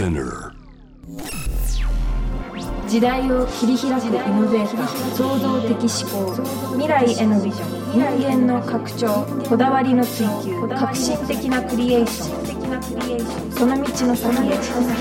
Spinner。 時代を切り開くイノベーター、創造的思考、未来へのビジョン、人間の拡張、こだわりの追求、革新的なクリエーション、その道の先へ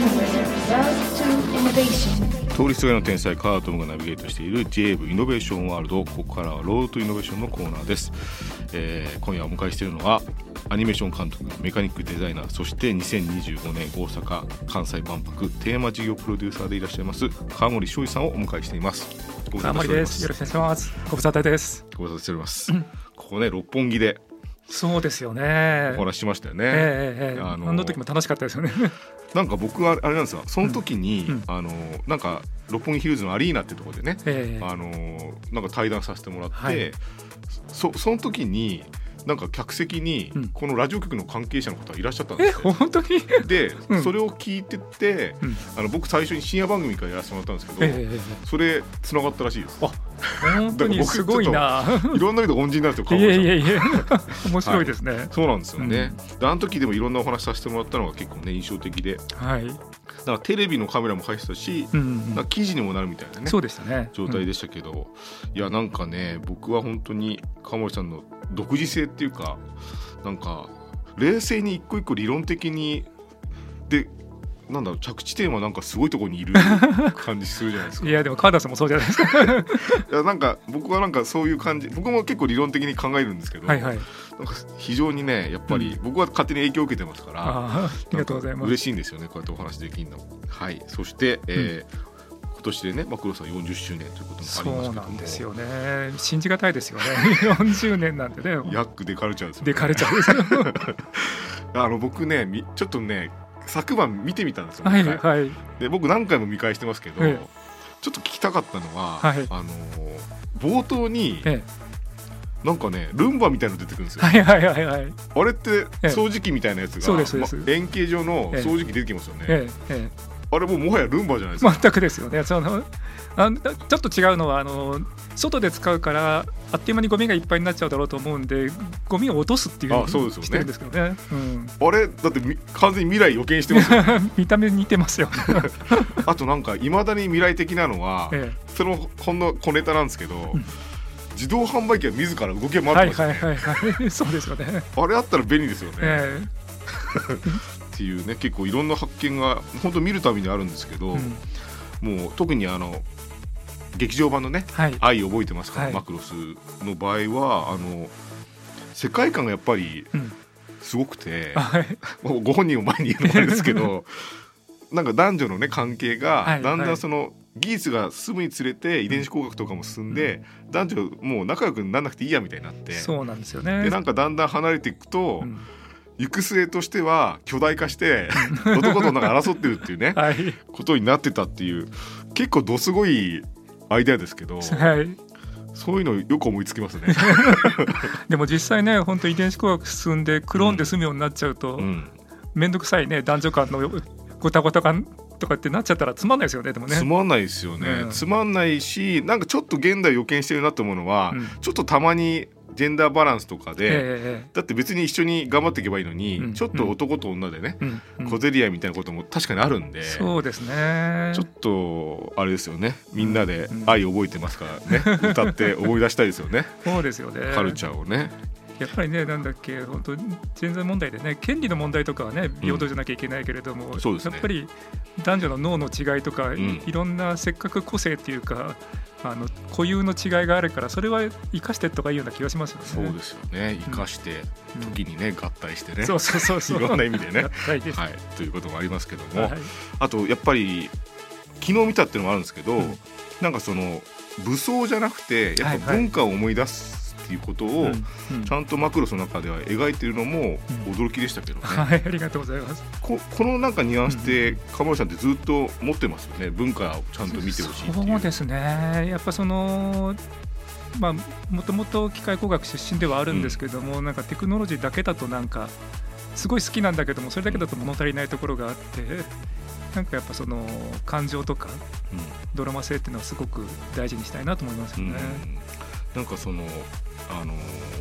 Route to Innovation。 通りすがりの天才カートムがナビゲートしている J-Wave イノベーションワールド。ここからはロードトゥイノベーションのコーナーです。今夜お迎えしているのはアニメーション監督、メカニックデザイナー、そして2025年大阪・関西万博テーマ事業プロデューサーでいらっしゃいます川森翔一さんをお迎えしています。 川森です。よろしくお願いします。ご無沙汰です。 ご無沙汰しております、ここね六本木でそうですよね、 お話しましたよね。 あの時も楽しかったですよね。 なんか僕はあれなんですよ、その時に、なんか六本木ヒルズのアリーナってところでね、なんか対談させてもらって、その時になんか客席にこのラジオ局の関係者の方がいらっしゃったんですよ。 本当にで、それを聞いてて、僕最初に深夜番組からやらせてもらったんですけど、それ繋がったらしいです。 本当にすごいな。 いろんな意味で恩人なんですよ。 いや面白いですね。 そうなんですよね。で、あの時でもいろんなお話させてもらったのが結構ね印象的で、だからテレビのカメラも入ってたし、なんか記事にもなるみたいなね、 そうでしたね、 状態でしたけど、いやなんかね、僕は本当に川森さんの独自性っていうか、なんか冷静に一個一個理論的にで、なんだろう、着地点はなんかすごいところにいる感じするじゃないですか。 いやでも川田さんもそうじゃないですか。 いやなんか僕はなんかそういう感じ、僕も結構理論的に考えるんですけど、なんか非常にねやっぱり僕は勝手に影響を受けてますから、 ありがとうございます。 嬉しいんですよね、こうやってお話できるの。はい。そして、今年でねマクロさん40周年ということもありますけども、 そうなんですよね。信じがたいですよね。40年なんてね。 ヤックデカルチャーですよね。 デカルチャーですよ。 僕ねちょっとね昨晩見てみたんですよ。で僕何回も見返してますけど、ちょっと聞きたかったのは、冒頭に、なんかねルンバみたいなの出てくるんですよ。あれって掃除機みたいなやつが、円形状の掃除機出てきますよね。あれもはやルンバじゃないですか。 全くですよね。ちょっと違うのは外で使うからあっという間にゴミがいっぱいになっちゃうだろうと思うんで、ゴミを落とすっていうのをしてるんですけどね。 あれだって完全に未来予見してますよね。 見た目似てますよ。 あとなんかいまだに未来的なのは、そのほんの小ネタなんですけど、自動販売機が自ら動き回ってますよね。 そうですよね。 あれあったら便利ですよね。っていうね、結構いろんな発見が本当見るたびにあるんですけど、もう特に劇場版のね、愛覚えてますから、マクロスの場合は世界観がやっぱりすごくて、ご本人を前に言うのもあれですけどなんか男女のね関係がだんだんその技術が進むにつれて遺伝子工学とかも進んで、男女もう仲良くならなくていいやみたいになって、 そうなんですよね。 でなんかだんだん離れていくと、行く末としては巨大化して男となんか争ってるっていうね、ことになってたっていう、結構どすごいアイデアですけど、そういうのよく思いつきますね。 でも実際ね、本当遺伝子工学進んでクローンで済むようになっちゃうと、めんどくさいね男女間のごたごた感とかってなっちゃったらつまんないですよね。でもね、 つまんないですよね。つまんないし、なんかちょっと現代予見してるなと思うのは、ちょっとたまにジェンダーバランスとかで、だって別に一緒に頑張っていけばいいのに、ちょっと男と女でね、小競り合いみたいなことも確かにあるんで、 そうですね。 ちょっとあれですよね、みんなで愛覚えてますからね、歌って思い出したいですよね。 そうですよね。 カルチャーをね。 やっぱりね、なんだっけ、本当ジェンダー問題でね、権利の問題とかはね平等じゃなきゃいけないけれども、やっぱり男女の脳の違いとか、いろんなせっかく個性っていうか固有の違いがあるから、それは生かしていった方がいいような気がしますよね。 そうですよね。生かして時にね、合体してね、 いろんな意味でね、ということもありますけども、あとやっぱり昨日見たっていうのもあるんですけど、なんかその武装じゃなくてやっぱ文化を思い出すっていうことをちゃんとマクロスの中では描いているのも驚きでしたけどね。 ありがとうございます。 このなんかニュアンスって川森さんってずっと持ってますよね。文化をちゃんと見てほしいっていう。 そうですね。やっぱもともと機械工学出身ではあるんですけども、なんかテクノロジーだけだとなんかすごい好きなんだけども、それだけだと物足りないところがあって、なんかやっぱ感情とかドラマ性っていうのはすごく大事にしたいなと思いますよね。 なんかちょっ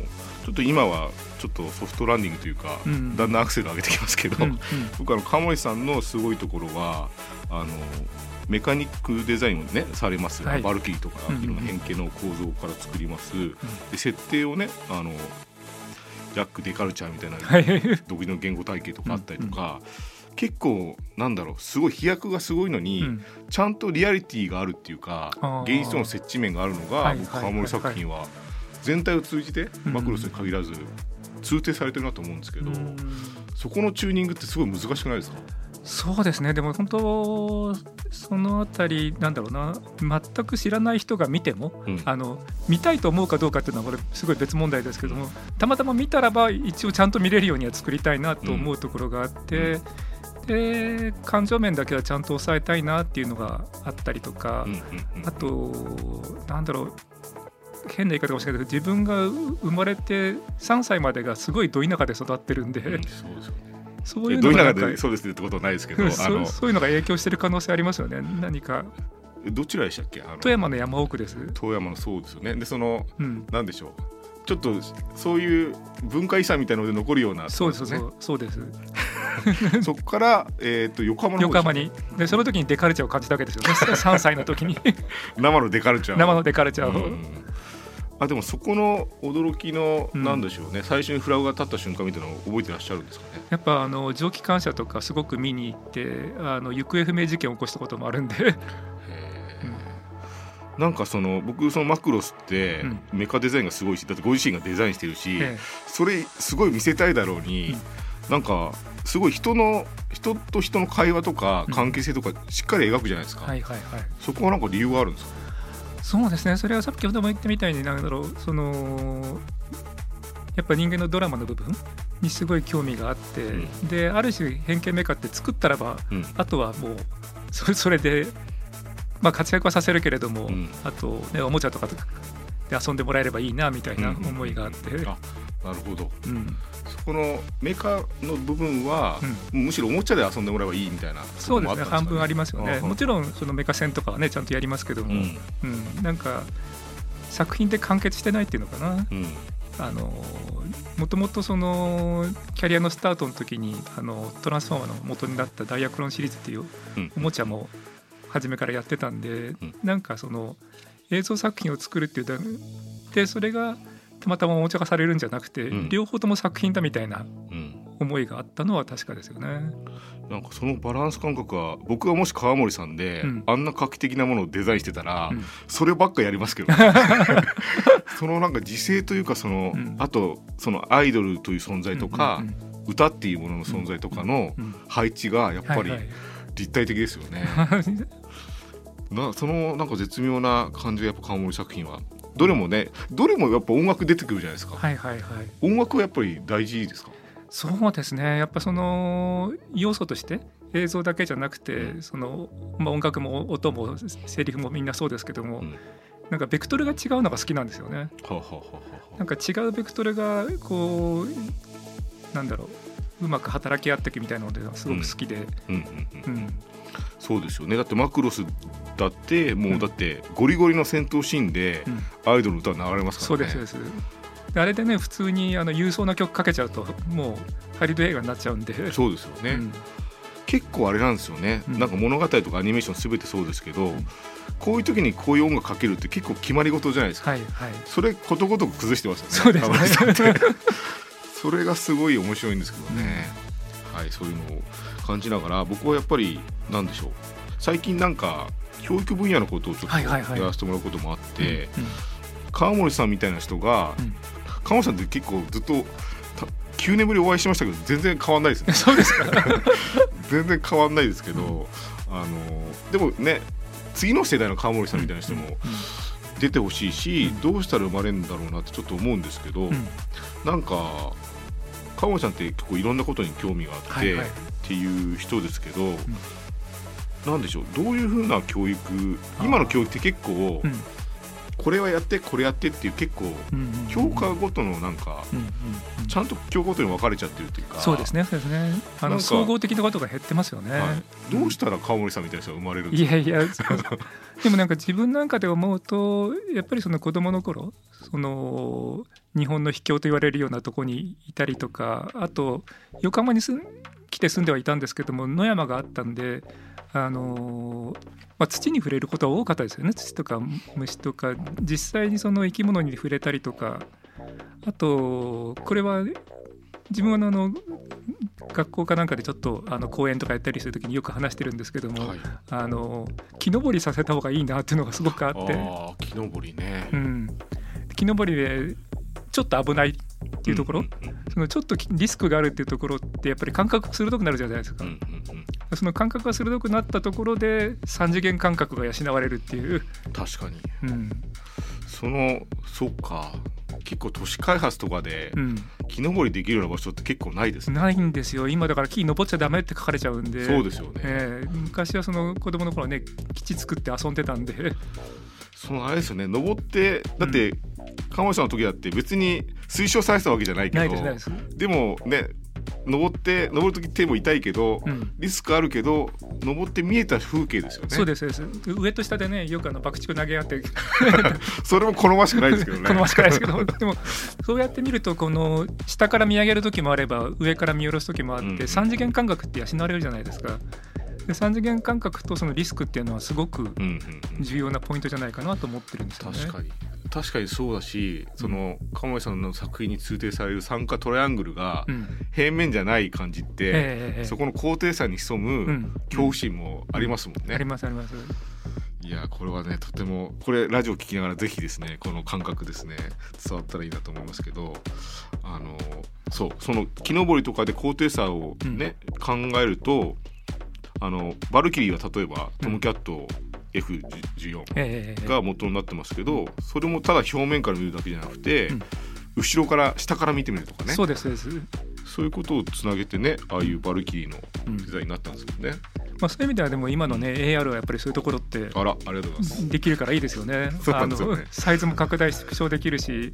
ちょっと今はちょっとソフトランディングというか、だんだんアクセル上げてきますけど、僕川森さんのすごいところはメカニックデザインをねされます、バルキリーとかいろんな変形の構造から作ります、で設定をねジャック・デカルチャーみたいな独自の言語体系とかあったりとか、結構なんだろう、すごい飛躍がすごいのに、ちゃんとリアリティがあるっていうか現実との接地面があるのが、川森作品は全体を通じてマクロスに限らず通底されてるなと思うんですけど、そこのチューニングってすごい難しくないですか？ そうですね。でも本当そのあたりなんだろうな、全く知らない人が見ても、見たいと思うかどうかっていうのはこれすごい別問題ですけども、たまたま見たらば一応ちゃんと見れるようには作りたいなと思うところがあって、で感情面だけはちゃんと抑えたいなっていうのがあったりとか、あとなんだろう、変な言い方かもしれないけど、自分が生まれて3歳までがすごいど田舎で育ってるんで、そうですよね。そういうのがそうですねってことはないですけどそういうのが影響してる可能性ありますよね。何かどちらでしたっけ？ 富山の山奥です。 富山の、そうですよね。でなんでしょう、ちょっとそういう文化遺産みたいなので残るような、 そうですね。そうですそこから、横浜にでその時にデカルチャーを感じたわけですよね。3歳の時に生のデカルチャーを、でもそこの驚きの、なんでしょうね、最初にフラグが立った瞬間みたいなのを覚えてらっしゃるんですかね？ やっぱ蒸気機関車とかすごく見に行って行方不明事件を起こしたこともあるんでなんか僕そのマクロスってメカデザインがすごいし、だってご自身がデザインしてるし、それすごい見せたいだろうに、なんかすごい人と人の会話とか関係性とかしっかり描くじゃないですか。そこはなんか理由があるんですか？ そうですね。それはさっきほども言ったみたいに、なんだろう、やっぱ人間のドラマの部分にすごい興味があって、である種変形メカって作ったらば、あとはもうそれで、活躍はさせるけれども、あと、ね、おもちゃとかで遊んでもらえればいいなみたいな思いがあって、 なるほど、そこのメカの部分は、むしろおもちゃで遊んでもらえばいいみたいな。 そうですね、半分ありますよね。もちろんそのメカ戦とかはねちゃんとやりますけども、なんか作品で完結してないっていうのかな。もともとそのキャリアのスタートの時にトランスフォーマーの元になったダイヤクロンシリーズっていうおもちゃも初めからやってたんで、なんかその映像作品を作るっていうで、それがたまたまおもちゃ化されるんじゃなくて、両方とも作品だみたいな思いがあったのは確かですよね。 なんかそのバランス感覚は、僕がもし川森さんで、あんな画期的なものをデザインしてたら、そればっかやりますけど、そのなんか時勢というか、あとそのアイドルという存在とか、歌っていうものの存在とかの配置がやっぱり立体的ですよね。そのなんか絶妙な感じがやっぱ川森作品はどれもやっぱ音楽出てくるじゃないですか。音楽はやっぱり大事ですか？ そうですね。やっぱその要素として映像だけじゃなくて、音楽も音もセリフもみんなそうですけども、なんかベクトルが違うのが好きなんですよね。なんか違うベクトルがこうなんだろう、うまく働き合っていくみたいなのですごく好きで、 そうですよね。だってマクロスだってもうだってゴリゴリの戦闘シーンでアイドルの歌が流れますからね。 そうです。あれでね、普通に勇壮な曲かけちゃうともうハリウッド映画になっちゃうんで。そうですよね、 結構あれなんですよね、なんか物語とかアニメーション全てそうですけど、こういう時にこういう音楽かけるって結構決まり事じゃないですか。それことごとく崩してますよね。そうですねそれがすごい面白いんですけどね、そういうのを感じながら、僕はやっぱりなんでしょう、最近なんか教育分野のことをちょっとやらせてもらうこともあって、川森さんみたいな人が、川森さんって結構ずっと9年ぶりお会いしましたけど全然変わんないですね。 そうですか全然変わんないですけど、でもね、次の世代の川森さんみたいな人も出てほしいし、どうしたら生まれるんだろうなってちょっと思うんですけど、なんか川森さんって結構いろんなことに興味があって、っていう人ですけど、なんでしょう、どういう風な教育、今の教育って結構、これはやってこれやってっていう結構教科ごとのなんかちゃんと教科ごとに分かれちゃってるっていうか。 そうですね。総合的なことが減ってますよね。 どうしたら川森さんみたいな人が生まれるんですか？ いやでもなんか自分なんかで思うと、やっぱりその子供の頃、 日本の秘境と言われるようなところにいたりとか、あと横浜に来て住んではいたんですけども、野山があったんで、土に触れることは多かったですよね。土とか虫とか実際にその生き物に触れたりとか、あとこれは自分は学校かなんかでちょっと講演とかやったりするときによく話してるんですけども、はい、木登りさせた方がいいなっていうのがすごくあって。 木登りね、 木登りでちょっと危ないっていうところ、そのちょっとリスクがあるっていうところってやっぱり感覚が鋭くなるじゃないですか、その感覚が鋭くなったところで3次元感覚が養われるっていう。 確かに、そうか、結構都市開発とかで木登りできるような場所って結構ないですね。 ないんですよ今。だから木登っちゃダメって書かれちゃうんで。 そうですよね、 昔はその子供の頃ね基地作って遊んでたんであれですよね、登ってだって看護師さんの時だって別に推奨されてたわけじゃないけど、ないです。でもね、登る時手も痛いけど、リスクあるけど登って見えた風景ですよね。 そうです上と下でねよく爆竹投げ合ってそれも好ましくないですけどね。 好ましくないですけどでもそうやって見るとこの下から見上げる時もあれば上から見下ろす時もあって、3次元感覚って養われるじゃないですか。で3次元感覚とそのリスクっていうのはすごく重要なポイントじゃないかなと思ってるんですよね。 確かにそうだし、鴨井さんの作品に通底される酸化トライアングルが平面じゃない感じって、そこの高低差に潜む恐怖心もありますもんね。 あります。 いやこれはねとてもこれラジオ聞きながらぜひですねこの感覚ですね伝わったらいいなと思いますけど、その木登りとかで高低差をね、考えるとバルキリーは例えばトムキャット、F14 が元になってますけど、それもただ表面から見るだけじゃなくて、後ろから下から見てみるとかね。 そうですそういうことをつなげてね、ああいうバルキリーのデザインになったんですもんね。 そういう意味ではでも今のね、AR はやっぱりそういうところってありがとうございますできるからいいですよね。 そうなんですよね。 サイズも拡大縮小できる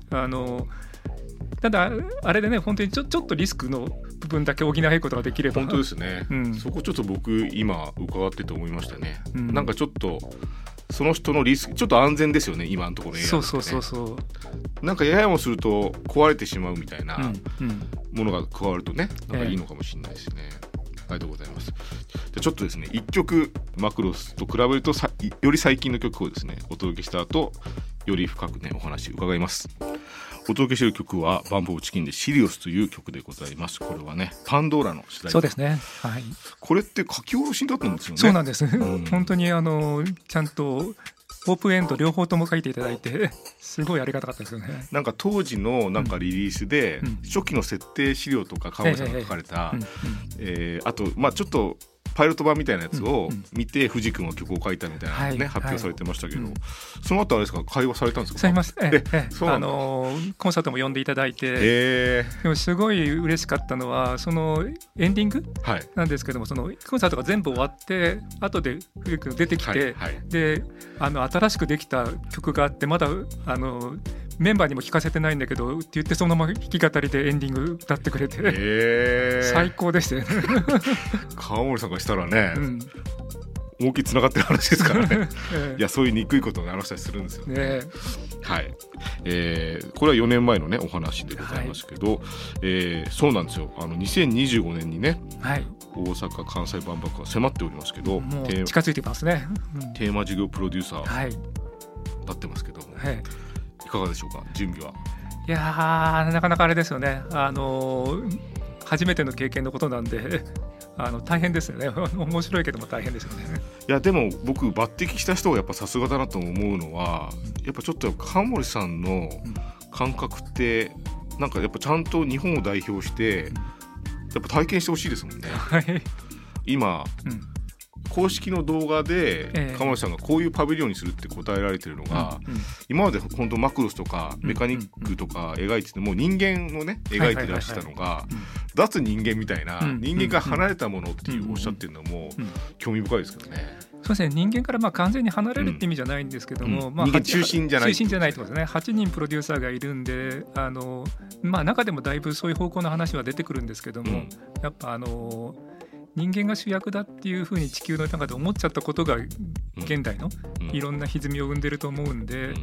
しただあれでね本当にちょっとリスクの部分だけ補えることができれば。 本当ですね、そこちょっと僕今伺ってて思いましたね、なんかちょっとその人のリスクちょっと安全ですよね今のところ AR ってね。そうなんかややもすると壊れてしまうみたいなものが加わるとね、なんかいいのかもしれないですね、ありがとうございます。じゃあちょっとですね1曲マクロスと比べるとより最近の曲をですねお届けした後より深くねお話伺います。お届けしている曲はバンプオブチキンでシリオスという曲でございます。これはねパンドーラの主題歌。 そうですね、はい、 これって書き下ろしだったんですよね。 そうなんです、本当にちゃんとオープンエンド両方とも書いていただいてすごいありがたかったですよね。 なんか当時のなんかリリースで、初期の設定資料とか川村さんが書かれた、あとちょっとパイロット版みたいなやつを見て藤君は曲を書いたみたいなね、発表されてましたけど、その後あれですか会話されたんですか。 されました。コンサートも呼んでいただいて、でもすごい嬉しかったのはそのエンディングなんですけども、そのコンサートが全部終わって後で藤君出てきて、で新しくできた曲があってまだメンバーにも聞かせてないんだけどって言ってそのまま弾き語りでエンディング歌ってくれて、最高でしたよね。 川森さんがしたらね、大きいつながってる話ですからね。いやそういう憎いことをあの人たちするんですよね。はい、これは4年前のねお話でございますけど、そうなんですよ。2025年にね、大阪・関西万博が迫っておりますけど、 もう近づいてますね。 テーマ事業プロデューサーなってますけども、いかがでしょうか準備は。 いやなかなかあれですよね。初めての経験のことなんで大変ですよね。面白いけども大変ですよね。 いやでも僕抜擢した人がやっぱさすがだなと思うのは、やっぱちょっと川森さんの感覚ってなんかやっぱちゃんと日本を代表してやっぱ体験してほしいですもんね。今、公式の動画で川森さんがこういうパビリオンにするって答えられてるのが、今まで本当マクロスとかメカニックとか描いてても人間をね描いてらしたのが脱人間みたいな、人間から離れたものっていうおっしゃってるのも興味深いですけどね。 そうですね、人間から完全に離れるって意味じゃないんですけども、 人間中心じゃないってことですね。8人プロデューサーがいるんで中でもだいぶそういう方向の話は出てくるんですけども、やっぱ人間が主役だっていうふうに地球の中で思っちゃったことが現代のいろんな歪みを生んでると思うんで、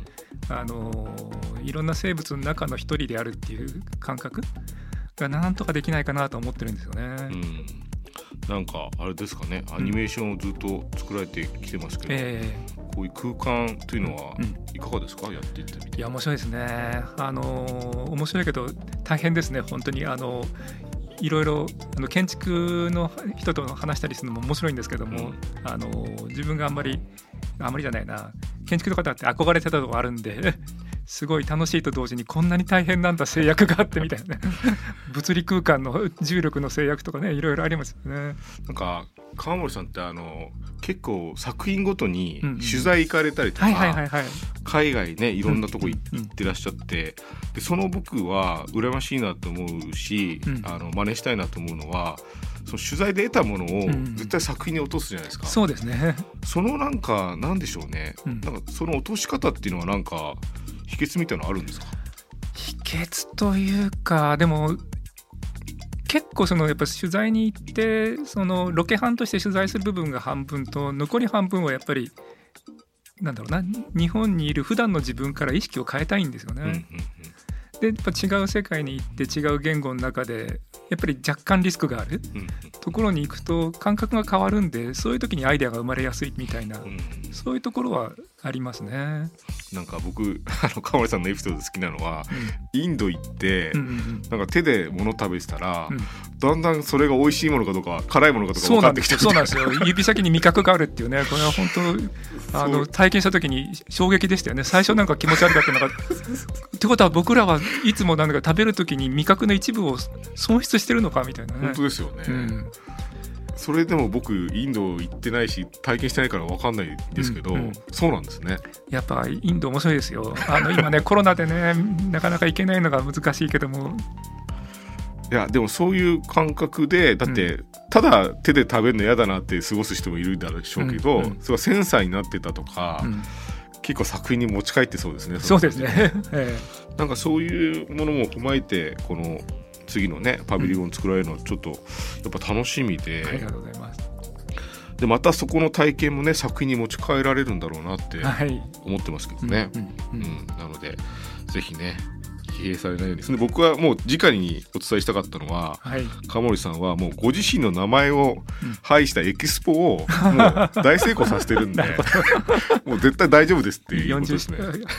いろんな生物の中の一人であるっていう感覚がなんとかできないかなと思ってるんですよね。 なんかあれですかね、アニメーションをずっと作られてきてますけど、こういう空間というのはいかがですか、やっていってみて。 いや面白いですね。面白いけど大変ですね本当に。いろいろ建築の人と話したりするのも面白いんですけども、自分があんまりじゃないな、建築とかだって憧れてたとこあるんですごい楽しいと同時にこんなに大変なんだ制約があってみたいなね物理空間の重力の制約とかね、いろいろありますよね。なんか川森さんって結構作品ごとに取材行かれたりとか、海外ねいろんなとこ行ってらっしゃって、でその僕は羨ましいなと思うし、真似したいなと思うのは、その取材で得たものを絶対作品に落とすじゃないですか。 そうですね。 そのなんでしょうね、なんかその落とし方っていうのはなんか秘訣みたいなのあるんですか？ 秘訣というか、でも結構やっぱ取材に行ってロケハンとして取材する部分が半分と、残り半分はやっぱりなんだろうな、日本にいる普段の自分から意識を変えたいんですよね。でやっぱ違う世界に行って違う言語の中でやっぱり若干リスクがあるところに行くと感覚が変わるんで、そういう時にアイデアが生まれやすいみたいな、そういうところはありますね。 なんか僕川森さんのエピソード好きなのは、インド行って、なんか手で物食べてたら、だんだんそれが美味しいものかどうか辛いものかどうか分かってきた。 そうなんですよ。指先に味覚があるっていうね、これは本当体験した時に衝撃でしたよね。最初なんか気持ち悪かったのがってことは僕らはいつもなんか食べる時に味覚の一部を損失してるのかみたいなね。 本当ですよね。それでも僕インド行ってないし体験してないから分かんないですけど、そうなんですね。 やっぱインド面白いですよ。今ねコロナでねなかなか行けないのが難しいけども、 いやでもそういう感覚で、だって、ただ手で食べるの嫌だなって過ごす人もいるだろうしょうけど、それはセンサーになってたとか、結構作品に持ち帰ってそうですね。 そうですね。 なんかそういうものも踏まえてこの次のねパビリオン作られるのはちょっとやっぱ楽しみで、 ありがとうございます。 でまたそこの体験もね作品に持ち帰られるんだろうなって思ってますけどね。なのでぜひね疲弊されないように。で僕はもう直にお伝えしたかったのは、川森さんはもうご自身の名前を配したエキスポをもう大成功させてるんでもう絶対大丈夫ですっていうことですね。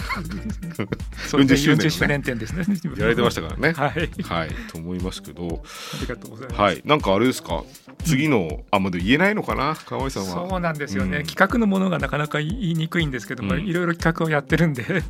40周年展ですね。 やられてましたからね。はい、と思いますけど。 ありがとうございます。 なんかあれですか、次のまだ言えないのかな、川森さんは。 そうなんですよね。企画のものがなかなか言いにくいんですけども、いろいろ企画をやってるんで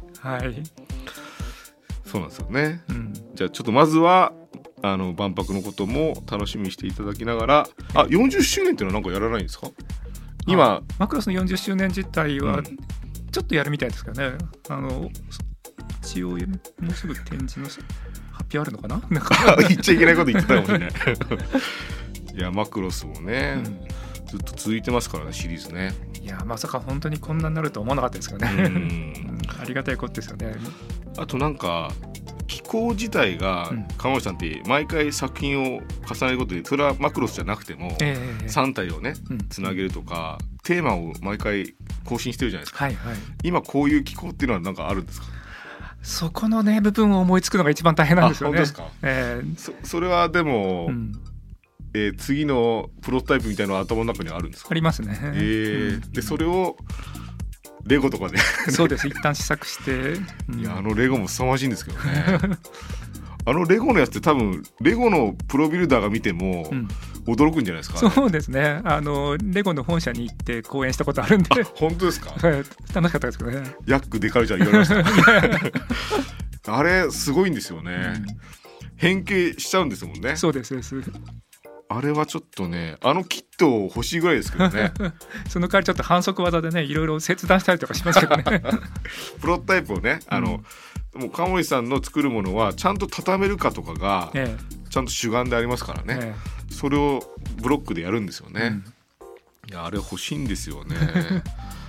そうなんですよね。じゃあちょっとまずは万博のことも楽しみにしていただきながら、40周年っていうのは何かやらないんですか？今マクロスの40周年自体はちょっとやるみたいですからね。一応もうすぐ展示の発表あるのかな。 言っちゃいけないこと言ってたかもしれないいやマクロスもね、ずっと続いてますからね、シリーズね。 いやまさか本当にこんなになると思わなかったですよね。ありがたいことですよね。 あとなんか機構自体が、川森さんって毎回作品を重ねることで、それはマクロスじゃなくても、3体をねつなげるとか、テーマを毎回更新してるじゃないですか。今こういう機構っていうのは何かあるんですか？ そこのね部分を思いつくのが一番大変なんですよね。 本当ですか？それはでも、次のプロトタイプみたいなのは頭の中にあるんですか？ ありますね。 でそれをレゴとかでそうです、一旦試作して、 いやレゴも凄まじいんですけどねレゴのやつって多分レゴのプロビルダーが見ても驚くんじゃないですか？ そうですね。レゴの本社に行って講演したことあるんで。 本当ですか？ 楽しかったですけどね。 ヤックデカルチャー言われましたあれすごいんですよね。変形しちゃうんですもんね。 そうです。 あれはちょっとね、キット欲しいぐらいですけどねその代わりちょっと反則技でねいろいろ切断したりとかしますけどねプロトタイプをね、もう川森さんの作るものはちゃんと畳めるかとかが、ちゃんと主眼でありますからね、それをブロックでやるんですよね。いやあれ欲しいんですよね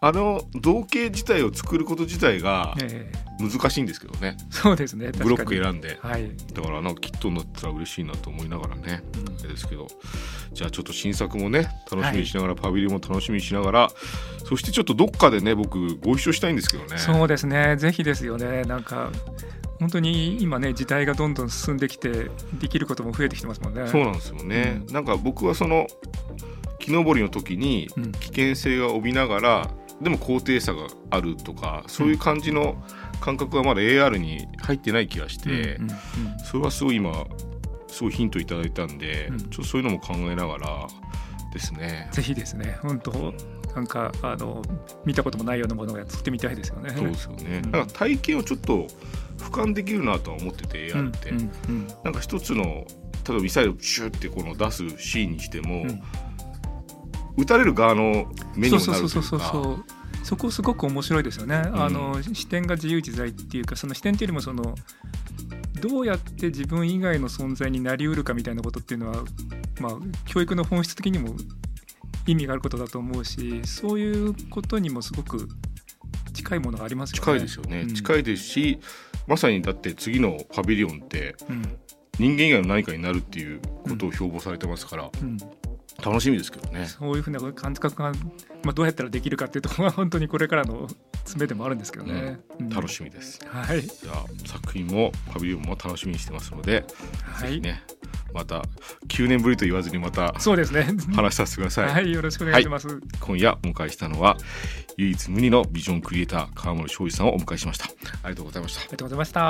造形自体を作ること自体が難しいんですけどね、 そうですね、確かにブロック選んで、 はい、 だからなんかキットになったら嬉しいなと思いながらね、ですけど、じゃあちょっと新作もね楽しみにしながら、パビリオンも楽しみにしながら、そしてちょっとどっかでね僕ご一緒したいんですけどね。 そうですね、ぜひですよね。なんか本当に今ね時代がどんどん進んできてできることも増えてきてますもんね。 そうなんですよね、なんか僕はその木登りの時に危険性が帯びながら、でも高低差があるとか、そういう感じの感覚がまだ AR に入ってない気がして、それはすごい今すごいヒントいただいたんで、ちょっとそういうのも考えながらですね。 ぜひですね、本当なんか見たこともないようなものを作ってみたいですよね。 そうですよね、なんか体験をちょっと俯瞰できるなとは思ってて、AR って、なんか一つの例えばミサイルをシューってこの出すシーンにしても、撃たれる側の目にもなるというか、 そこすごく面白いですよね。視点が自由自在っていうか、その視点っていうよりもそのどうやって自分以外の存在になりうるかみたいなことっていうのは、教育の本質的にも意味があることだと思うし、そういうことにもすごく近いものがありますよね。 近いですよね、近いですし、まさにだって次のパビリオンって、人間以外の何かになるっていうことを標榜されてますから、楽しみですけどね。 そういうふうな感覚が、どうやったらできるかっていうところは本当にこれからの詰めでもあるんですけどね、 楽しみです、 はい、 じゃあ作品もパビリオンも楽しみにしてますので、ぜひねまた9年ぶりと言わずにまたそうですね話させてください。 はい、よろしくお願いします、 今夜お迎えしたのは唯一無二のビジョンクリエイター川森昌司さんをお迎えしました。ありがとうございました。 ありがとうございました。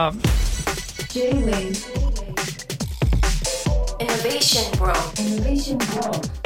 J-Wave Innovation World